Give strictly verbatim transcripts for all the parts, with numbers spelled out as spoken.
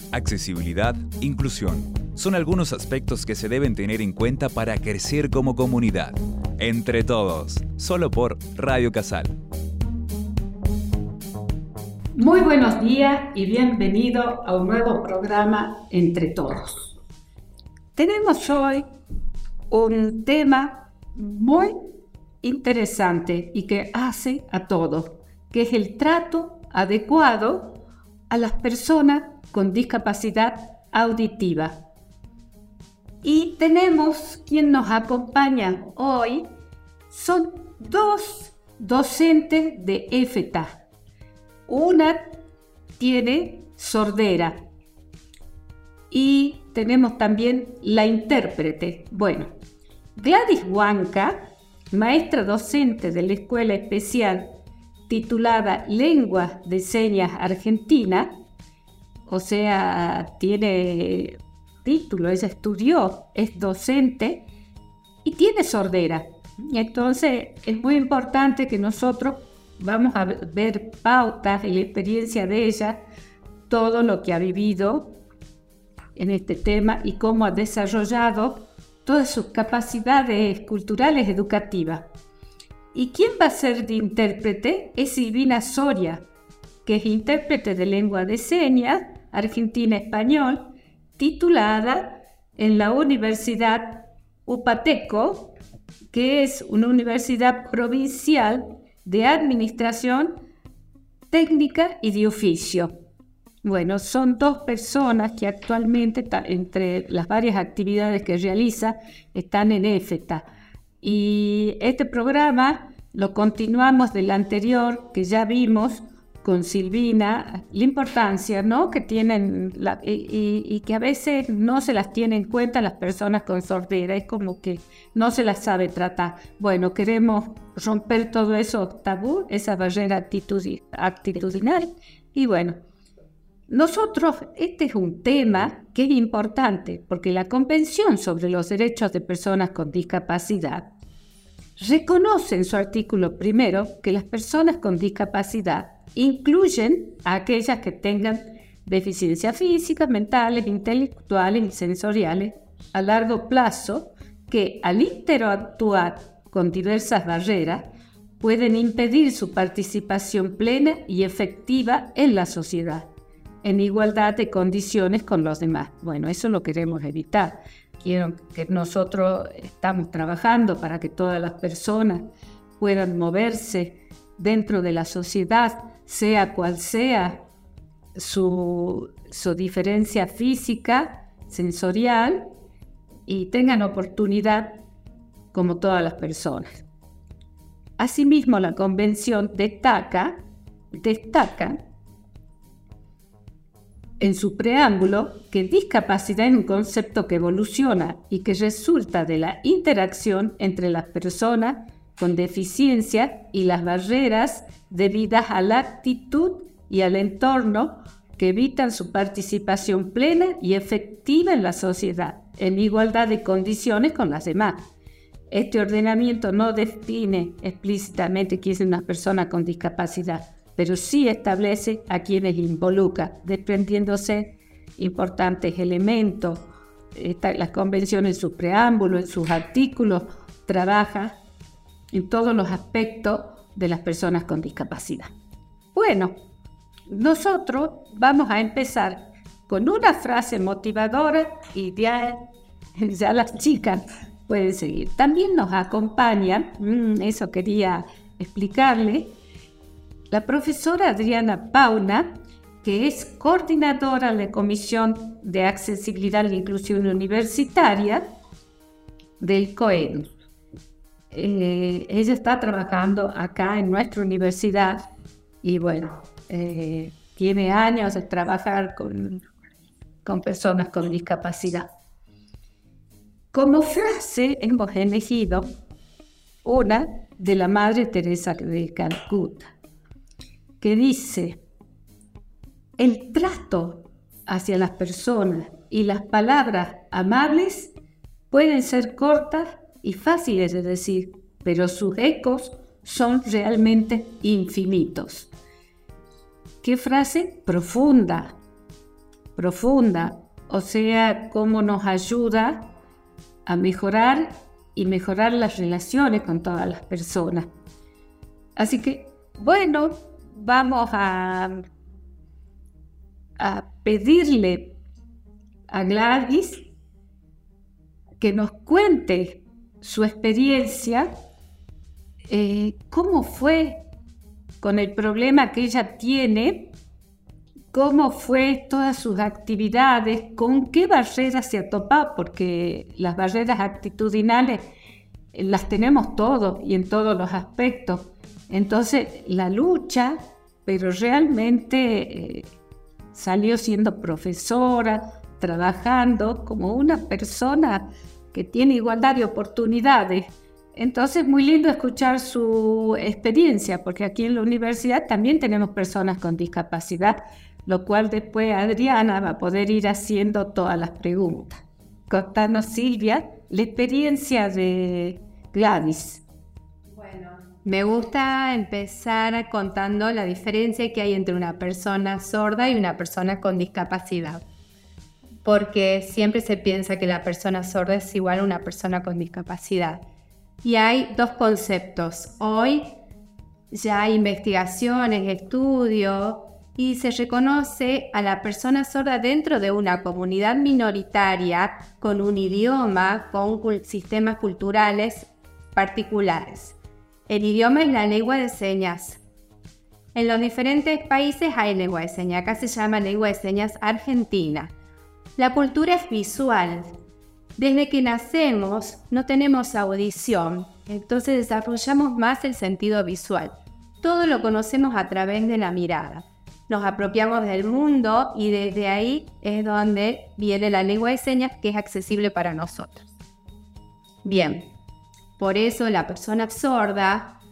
Accesibilidad, inclusión, son algunos aspectos que se deben tener en cuenta para crecer como comunidad. Entre todos, solo por Radio Casal. Muy buenos días y bienvenido a un nuevo programa Entre Todos. Tenemos hoy un tema muy interesante y que hace a todos, que es el trato adecuado a las personas con discapacidad auditiva. Y tenemos quien nos acompaña hoy, son dos docentes de EFETA. Una tiene sordera y tenemos también la intérprete. Bueno, Gladys Huanca, maestra docente de la Escuela Especial titulada Lenguas de Señas Argentina, o sea, tiene título, ella estudió, es docente y tiene sordera. Entonces es muy importante que nosotros vamos a ver pautas de la experiencia de ella, todo lo que ha vivido en este tema y cómo ha desarrollado todas sus capacidades culturales educativas. ¿Y quién va a ser de intérprete? Es Silvina Soria, que es intérprete de lengua de señas argentina-español, titulada en la Universidad Upateco, que es una universidad provincial de administración técnica y de oficio. Bueno, son dos personas que actualmente, entre las varias actividades que realiza, están en EFETA. Y este programa lo continuamos del anterior que ya vimos con Silvina, la importancia, ¿no?, que tienen la, y, y, y que a veces no se las tiene en cuenta las personas con sordera, es como que no se las sabe tratar. Bueno, queremos romper todo eso tabú, esa barrera actitud, actitudinal y bueno, nosotros, este es un tema que es importante porque la Convención sobre los Derechos de Personas con Discapacidad reconoce en su artículo primero que las personas con discapacidad incluyen a aquellas que tengan deficiencias físicas, mentales, intelectuales y sensoriales a largo plazo que al interactuar con diversas barreras pueden impedir su participación plena y efectiva en la sociedad, en igualdad de condiciones con los demás. Bueno, eso lo queremos evitar. Quiero que nosotros estamos trabajando para que todas las personas puedan moverse dentro de la sociedad, sea cual sea su, su diferencia física, sensorial, y tengan oportunidad como todas las personas. Asimismo, la Convención destaca, destaca en su preámbulo que discapacidad es un concepto que evoluciona y que resulta de la interacción entre las personas con deficiencia y las barreras debidas a la actitud y al entorno que evitan su participación plena y efectiva en la sociedad, en igualdad de condiciones con las demás. Este ordenamiento no define explícitamente quién es una persona con discapacidad, pero sí establece a quienes involucra, desprendiéndose importantes elementos. Esta, la Convención en su preámbulo, en sus artículos, trabaja en todos los aspectos de las personas con discapacidad. Bueno, nosotros vamos a empezar con una frase motivadora y ya, ya las chicas pueden seguir. También nos acompaña, eso quería explicarle, la profesora Adriana Pauna, que es coordinadora de la Comisión de Accesibilidad e Inclusión Universitaria del COEDU. Eh, ella está trabajando acá en nuestra universidad y bueno, eh, tiene años de trabajar con, con personas con discapacidad. Como frase hemos elegido una de la Madre Teresa de Calcuta, que dice: el trato hacia las personas y las palabras amables pueden ser cortas y fáciles de decir, pero sus ecos son realmente infinitos. ¿Qué frase? Profunda, profunda, o sea, cómo nos ayuda a mejorar y mejorar las relaciones con todas las personas. Así que, bueno, vamos a, a pedirle a Gladys que nos cuente su experiencia, eh, cómo fue con el problema que ella tiene, cómo fue todas sus actividades, con qué barreras se ha topado, porque las barreras actitudinales las tenemos todos y en todos los aspectos. Entonces, la lucha, pero realmente eh, salió siendo profesora, trabajando como una persona que tiene igualdad de oportunidades. Entonces, muy lindo escuchar su experiencia, porque aquí en la universidad también tenemos personas con discapacidad, lo cual después Adriana va a poder ir haciendo todas las preguntas. Contanos, Silvia, la experiencia de Gladys. Bueno, me gusta empezar contando la diferencia que hay entre una persona sorda y una persona con discapacidad, porque siempre se piensa que la persona sorda es igual a una persona con discapacidad. Y hay dos conceptos. Hoy ya hay investigaciones, estudios, y se reconoce a la persona sorda dentro de una comunidad minoritaria con un idioma, con sistemas culturales particulares. El idioma es la lengua de señas. En los diferentes países hay lengua de señas. Acá se llama lengua de señas argentina. La cultura es visual. Desde que nacemos no tenemos audición, entonces desarrollamos más el sentido visual. Todo lo conocemos a través de la mirada. Nos apropiamos del mundo y desde ahí es donde viene la lengua de señas, que es accesible para nosotros. Bien, por eso la persona sorda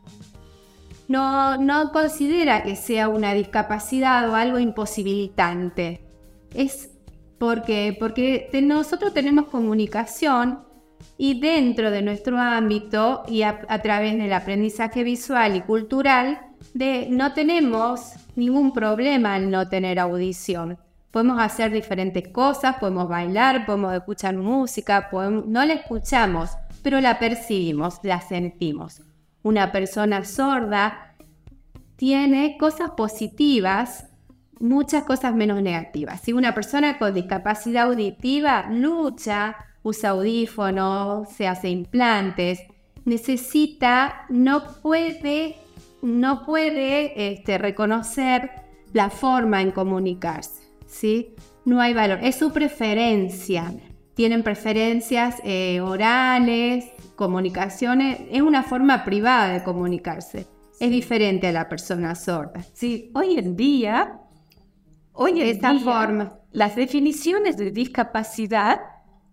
no, no considera que sea una discapacidad o algo imposibilitante. Es porque, porque te, nosotros tenemos comunicación y dentro de nuestro ámbito y a, a través del aprendizaje visual y cultural de, no tenemos ningún problema al no tener audición. Podemos hacer diferentes cosas, podemos bailar, podemos escuchar música, podemos, no la escuchamos, pero la percibimos, la sentimos. Una persona sorda tiene cosas positivas, muchas cosas menos negativas. Si una persona con discapacidad auditiva lucha, usa audífonos, se hace implantes, necesita, no puede, no puede este, reconocer la forma en comunicarse, ¿sí? No hay valor, es su preferencia. Tienen preferencias eh, orales, comunicaciones, es una forma privada de comunicarse. Es diferente a la persona sorda. Sí, hoy en día, hoy en esta día, forma, las definiciones de discapacidad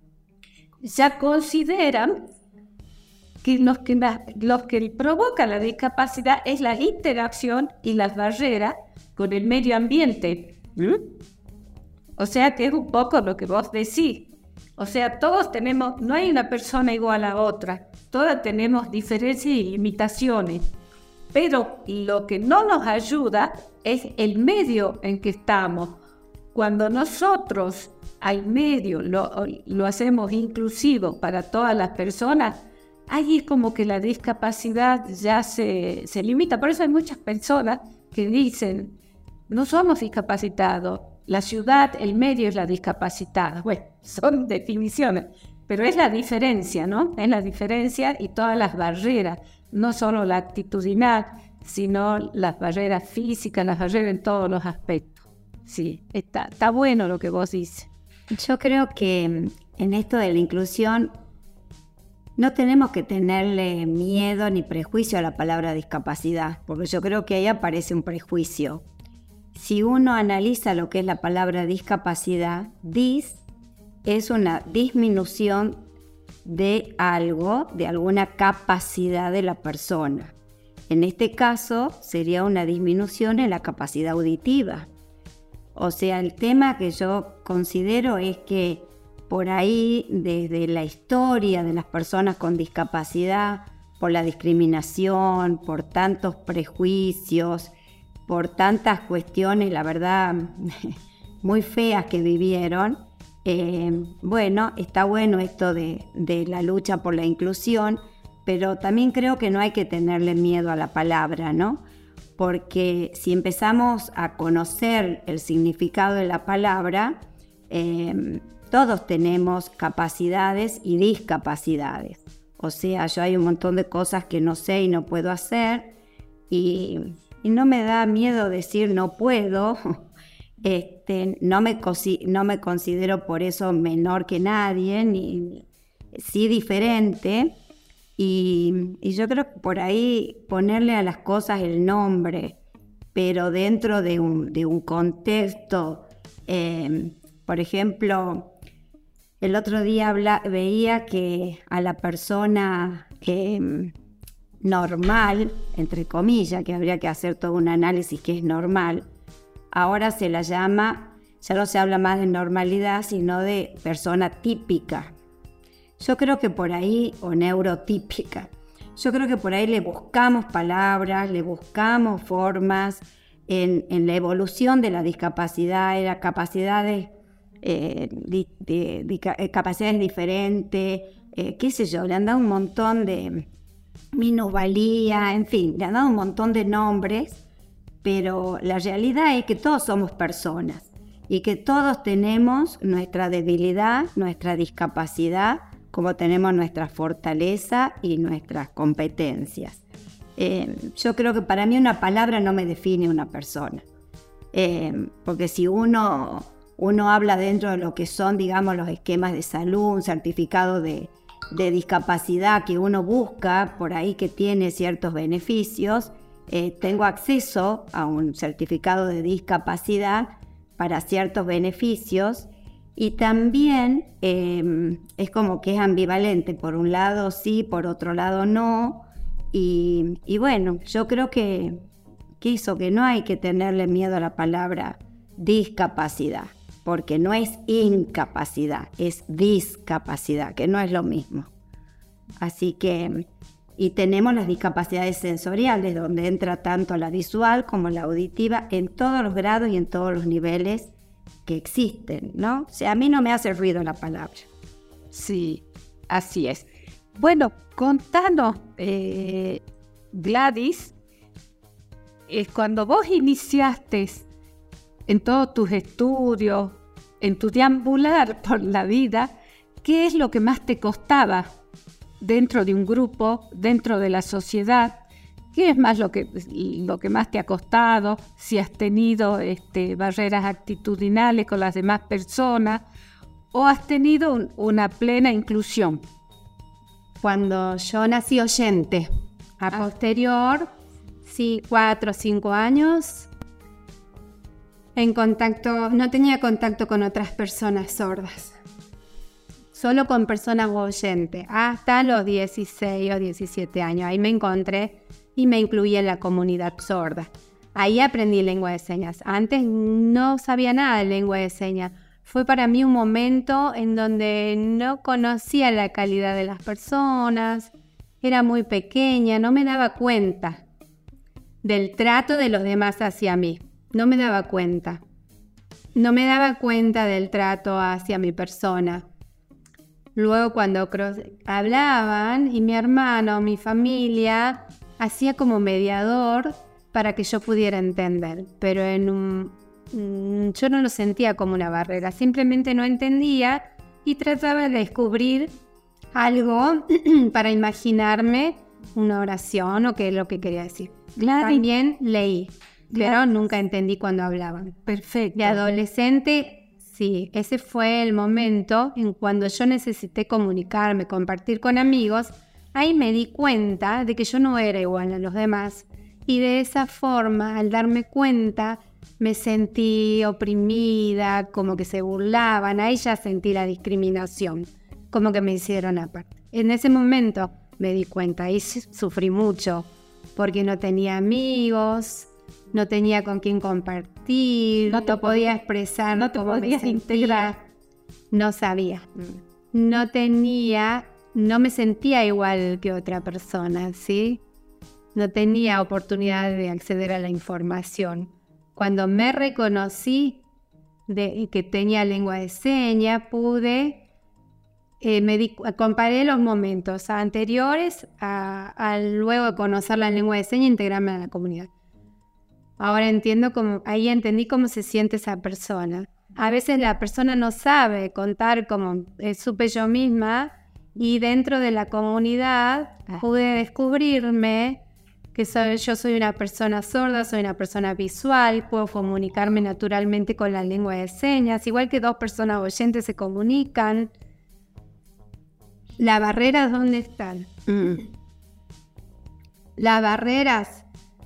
ya consideran que los que, los que provocan la discapacidad es la interacción y las barreras con el medio ambiente. ¿Mm? O sea que es un poco lo que vos decís. O sea, todos tenemos, no hay una persona igual a otra, todas tenemos diferencias y limitaciones, pero lo que no nos ayuda es el medio en que estamos. Cuando nosotros al medio lo, lo hacemos inclusivo para todas las personas, ahí es como que la discapacidad ya se, se limita. Por eso hay muchas personas que dicen, no somos discapacitados, la ciudad, el medio es la discapacitada. Bueno, son definiciones, pero es la diferencia, ¿no? Es la diferencia y todas las barreras, no solo la actitudinal, sino las barreras físicas, las barreras en todos los aspectos. Sí, está, está bueno lo que vos dices. Yo creo que en esto de la inclusión no tenemos que tenerle miedo ni prejuicio a la palabra discapacidad, porque yo creo que ahí aparece un prejuicio. Si uno analiza lo que es la palabra discapacidad, dis es una disminución de algo, de alguna capacidad de la persona. En este caso sería una disminución en la capacidad auditiva. O sea, el tema que yo considero es que por ahí, desde la historia de las personas con discapacidad, por la discriminación, por tantos prejuicios, por tantas cuestiones, la verdad, muy feas que vivieron. Eh, bueno, está bueno esto de, de la lucha por la inclusión, pero también creo que no hay que tenerle miedo a la palabra, ¿no? Porque si empezamos a conocer el significado de la palabra, eh, todos tenemos capacidades y discapacidades. O sea, yo hay un montón de cosas que no sé y no puedo hacer, y, y no me da miedo decir no puedo. Este, no, me no me considero por eso menor que nadie, ni sí diferente, y, y yo creo que por ahí ponerle a las cosas el nombre, pero dentro de un, de un contexto. Eh, por ejemplo, el otro día habla, veía que a la persona eh, normal, entre comillas, que habría que hacer todo un análisis que es normal, ahora se la llama, ya no se habla más de normalidad, sino de persona típica. Yo creo que por ahí, o neurotípica, yo creo que por ahí le buscamos palabras, le buscamos formas en, en la evolución de la discapacidad, en las capacidades, eh, de, de, de, capacidades diferentes, eh, qué sé yo, le han dado un montón de minusvalía, en fin, le han dado un montón de nombres. Pero la realidad es que todos somos personas y que todos tenemos nuestra debilidad, nuestra discapacidad, como tenemos nuestra fortaleza y nuestras competencias. Eh, yo creo que para mí una palabra no me define una persona, eh, porque si uno, uno habla dentro de lo que son, digamos, los esquemas de salud, un certificado de, de discapacidad que uno busca por ahí que tiene ciertos beneficios, Eh, tengo acceso a un certificado de discapacidad para ciertos beneficios, y también eh, es como que es ambivalente, por un lado sí, por otro lado no, y, y bueno, yo creo que, que eso, que no hay que tenerle miedo a la palabra discapacidad, porque no es incapacidad, es discapacidad, que no es lo mismo. Así que... Y tenemos las discapacidades sensoriales, donde entra tanto la visual como la auditiva, en todos los grados y en todos los niveles que existen, ¿no? O sea, a mí no me hace ruido la palabra. Sí, así es. Bueno, contanos, eh, Gladys, eh, cuando vos iniciaste en todos tus estudios, en tu deambular por la vida, ¿qué es lo que más te costaba dentro de un grupo, dentro de la sociedad? ¿Qué es más lo que, lo que más te ha costado? Si has tenido este, barreras actitudinales con las demás personas, o has tenido un, una plena inclusión. Cuando yo nací oyente, a ah. posterior, sí, cuatro o cinco años, en contacto, no tenía contacto con otras personas sordas. Solo con personas oyentes, hasta los dieciséis o diecisiete años. Ahí me encontré y me incluí en la comunidad sorda. Ahí aprendí lengua de señas. Antes no sabía nada de lengua de señas. Fue para mí un momento en donde no conocía la calidad de las personas, era muy pequeña, no me daba cuenta del trato de los demás hacia mí. No me daba cuenta. No me daba cuenta del trato hacia mi persona. Luego cuando hablaban y mi hermano, mi familia, hacía como mediador para que yo pudiera entender, pero en un, yo no lo sentía como una barrera, simplemente no entendía y trataba de descubrir algo para imaginarme una oración o qué es lo que quería decir. Claro. También leí, pero claro, nunca entendí cuando hablaban. Perfecto. De adolescente... Sí, ese fue el momento en cuando yo necesité comunicarme, compartir con amigos. Ahí me di cuenta de que yo no era igual a los demás. Y de esa forma, al darme cuenta, me sentí oprimida, como que se burlaban. Ahí ya sentí la discriminación, como que me hicieron aparte. En ese momento me di cuenta, ahí sufrí mucho, porque no tenía amigos, no tenía con quién compartir, no te podía expresar, no te podías integrar, no sabía, no tenía, no me sentía igual que otra persona, ¿sí? No tenía oportunidad de acceder a la información. Cuando me reconocí, de, que tenía lengua de señas, pude... Eh, me di, comparé los momentos anteriores a, a luego de conocer la lengua de señas e integrarme a la comunidad. Ahora entiendo cómo, ahí entendí cómo se siente esa persona. A veces la persona no sabe contar como eh, supe yo misma, y dentro de la comunidad pude descubrirme que soy, yo soy una persona sorda, soy una persona visual, puedo comunicarme naturalmente con la lengua de señas, igual que dos personas oyentes se comunican. ¿Las barreras dónde están? Mm. Las barreras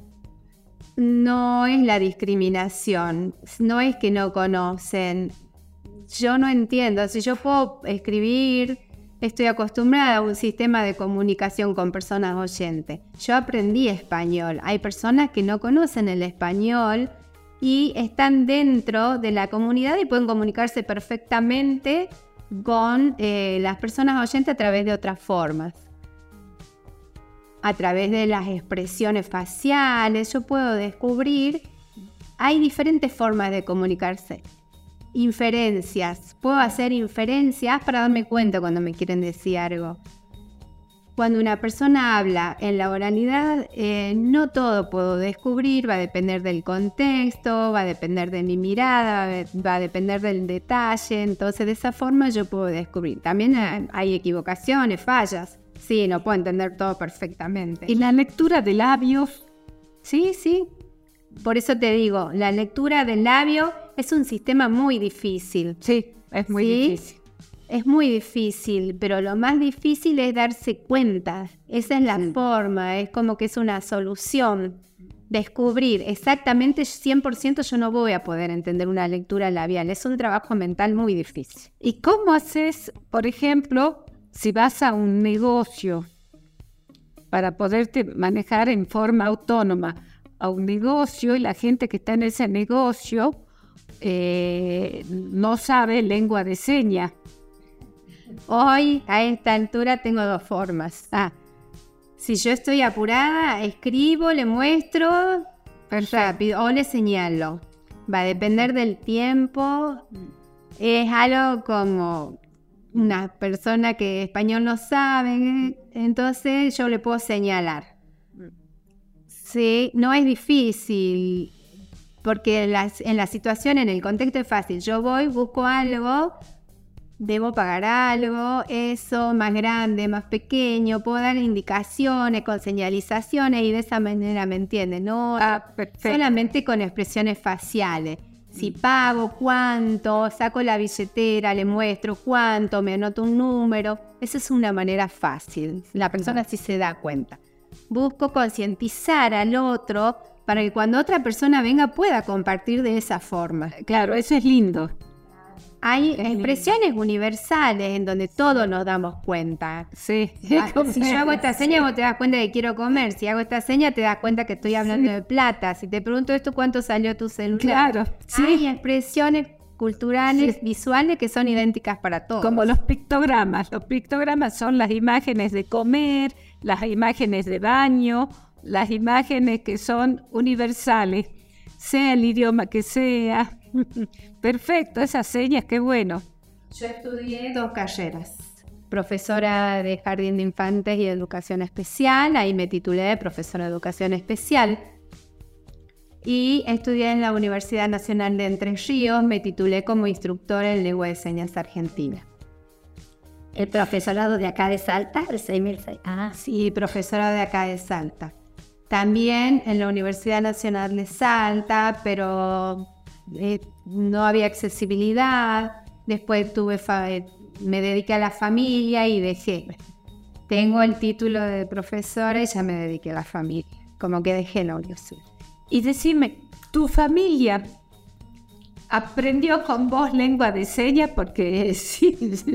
no es la discriminación, no es que no conocen. Yo no entiendo, si yo puedo escribir, estoy acostumbrada a un sistema de comunicación con personas oyentes. Yo aprendí español, hay personas que no conocen el español y están dentro de la comunidad y pueden comunicarse perfectamente con eh, las personas oyentes a través de otras formas, a través de las expresiones faciales. Yo puedo descubrir, hay diferentes formas de comunicarse, inferencias, puedo hacer inferencias para darme cuenta cuando me quieren decir algo. Cuando una persona habla en la oralidad, eh, no todo puedo descubrir, va a depender del contexto, va a depender de mi mirada, va a, va a depender del detalle, entonces de esa forma yo puedo descubrir. También hay, hay equivocaciones, fallas, sí, no puedo entender todo perfectamente. ¿Y la lectura de labios? Sí, sí, por eso te digo, la lectura del labio es un sistema muy difícil. Sí, es muy ¿sí? difícil. Es muy difícil, pero lo más difícil es darse cuenta. Esa es la sí. forma, es como que es una solución. Descubrir exactamente cien por ciento yo no voy a poder entender una lectura labial. Es un trabajo mental muy difícil. ¿Y cómo haces, por ejemplo, si vas a un negocio para poderte manejar en forma autónoma a un negocio y la gente que está en ese negocio eh, no sabe lengua de señas? Hoy, a esta altura, tengo dos formas. Ah, si yo estoy apurada, escribo, le muestro rápido o le señalo. Va a depender del tiempo. Es algo como una persona que español no sabe, entonces yo le puedo señalar. Sí, no es difícil, porque las, en la situación, en el contexto es fácil. Yo voy, busco algo... Debo pagar algo, eso, más grande, más pequeño, puedo dar indicaciones con señalizaciones y de esa manera me entienden, no ah, solamente con expresiones faciales. Si pago, cuánto, saco la billetera, le muestro cuánto, me anoto un número, esa es una manera fácil, la persona sí se da cuenta. Busco concientizar al otro para que cuando otra persona venga pueda compartir de esa forma. Claro, eso es lindo. Hay expresiones universales en donde todos nos damos cuenta. Sí. Si yo hago esta seña, vos te das cuenta que quiero comer. Si hago esta seña, te das cuenta que estoy hablando sí. de plata. Si te pregunto esto, ¿cuánto salió tu celular? Claro. Sí. Hay expresiones culturales, sí. visuales, que son idénticas para todos. Como los pictogramas. Los pictogramas son las imágenes de comer, las imágenes de baño, las imágenes que son universales, sea el idioma que sea. Perfecto, esas señas, qué bueno. Yo estudié dos carreras, profesora de jardín de infantes y educación especial, ahí me titulé de profesora de educación especial, y estudié en la Universidad Nacional de Entre Ríos, me titulé como instructora en lengua de señas argentina. ¿El profesorado de acá de Salta, el seis mil seis? Ah, sí, profesora de acá de Salta. También en la Universidad Nacional de Salta, pero... Eh, no había accesibilidad. Después tuve fa- me dediqué a la familia y dejé. Tengo el título de profesora y ya me dediqué a la familia. Como que dejé la universidad. Y decime, ¿tu familia aprendió con vos lengua de señas? Porque sí.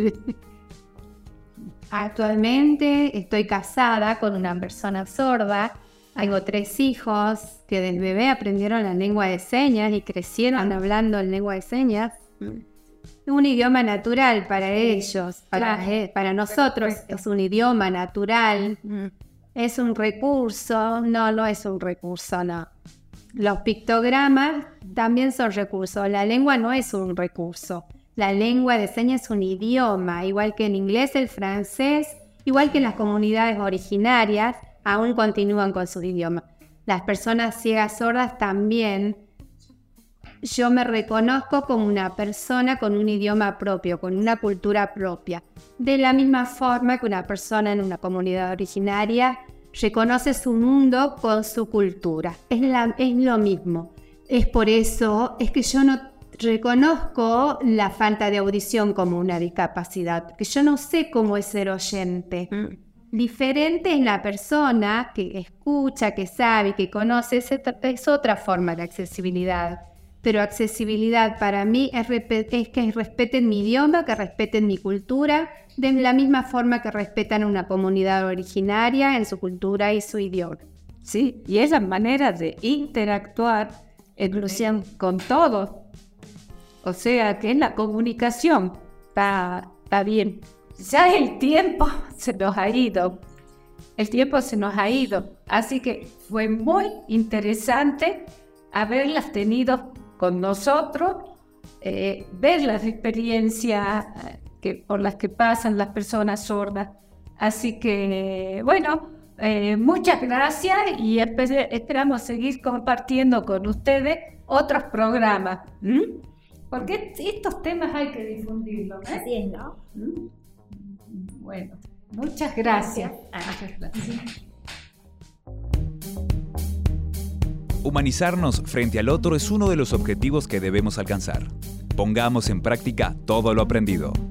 Actualmente estoy casada con una persona sorda. Tengo tres hijos que desde bebé aprendieron la lengua de señas y crecieron hablando en lengua de señas. Es un idioma natural para ellos, para, eh, para nosotros es un idioma natural. Es un recurso, no, no es un recurso, no. Los pictogramas también son recursos. La lengua no es un recurso. La lengua de señas es un idioma, igual que en inglés, el francés, igual que las comunidades originarias, aún continúan con sus idiomas. Las personas ciegas sordas también. Yo me reconozco como una persona con un idioma propio, con una cultura propia. De la misma forma que una persona en una comunidad originaria reconoce su mundo con su cultura. Es, la, es lo mismo. Es por eso, es que yo no reconozco la falta de audición como una discapacidad, porque yo no sé cómo es ser oyente. Mm. Diferente es la persona que escucha, que sabe, que conoce, es, es otra forma de accesibilidad. Pero accesibilidad para mí es, es que respeten mi idioma, que respeten mi cultura, de la misma forma que respetan a una comunidad originaria en su cultura y su idioma. Sí, y esa manera de interactuar inclusión con todos. O sea, que en la comunicación está, está bien. Ya el tiempo se nos ha ido. El tiempo se nos ha ido. Así que fue muy interesante haberlas tenido con nosotros, eh, ver las experiencias que, por las que pasan las personas sordas. Así que, bueno, eh, muchas gracias y esper- esperamos seguir compartiendo con ustedes otros programas. ¿Mm? Porque estos temas hay que difundirlos, ¿eh? Así es, ¿no? ¿Mm? Bueno, muchas gracias. Gracias. Muchas gracias. Humanizarnos frente al otro es uno de los objetivos que debemos alcanzar. Pongamos en práctica todo lo aprendido.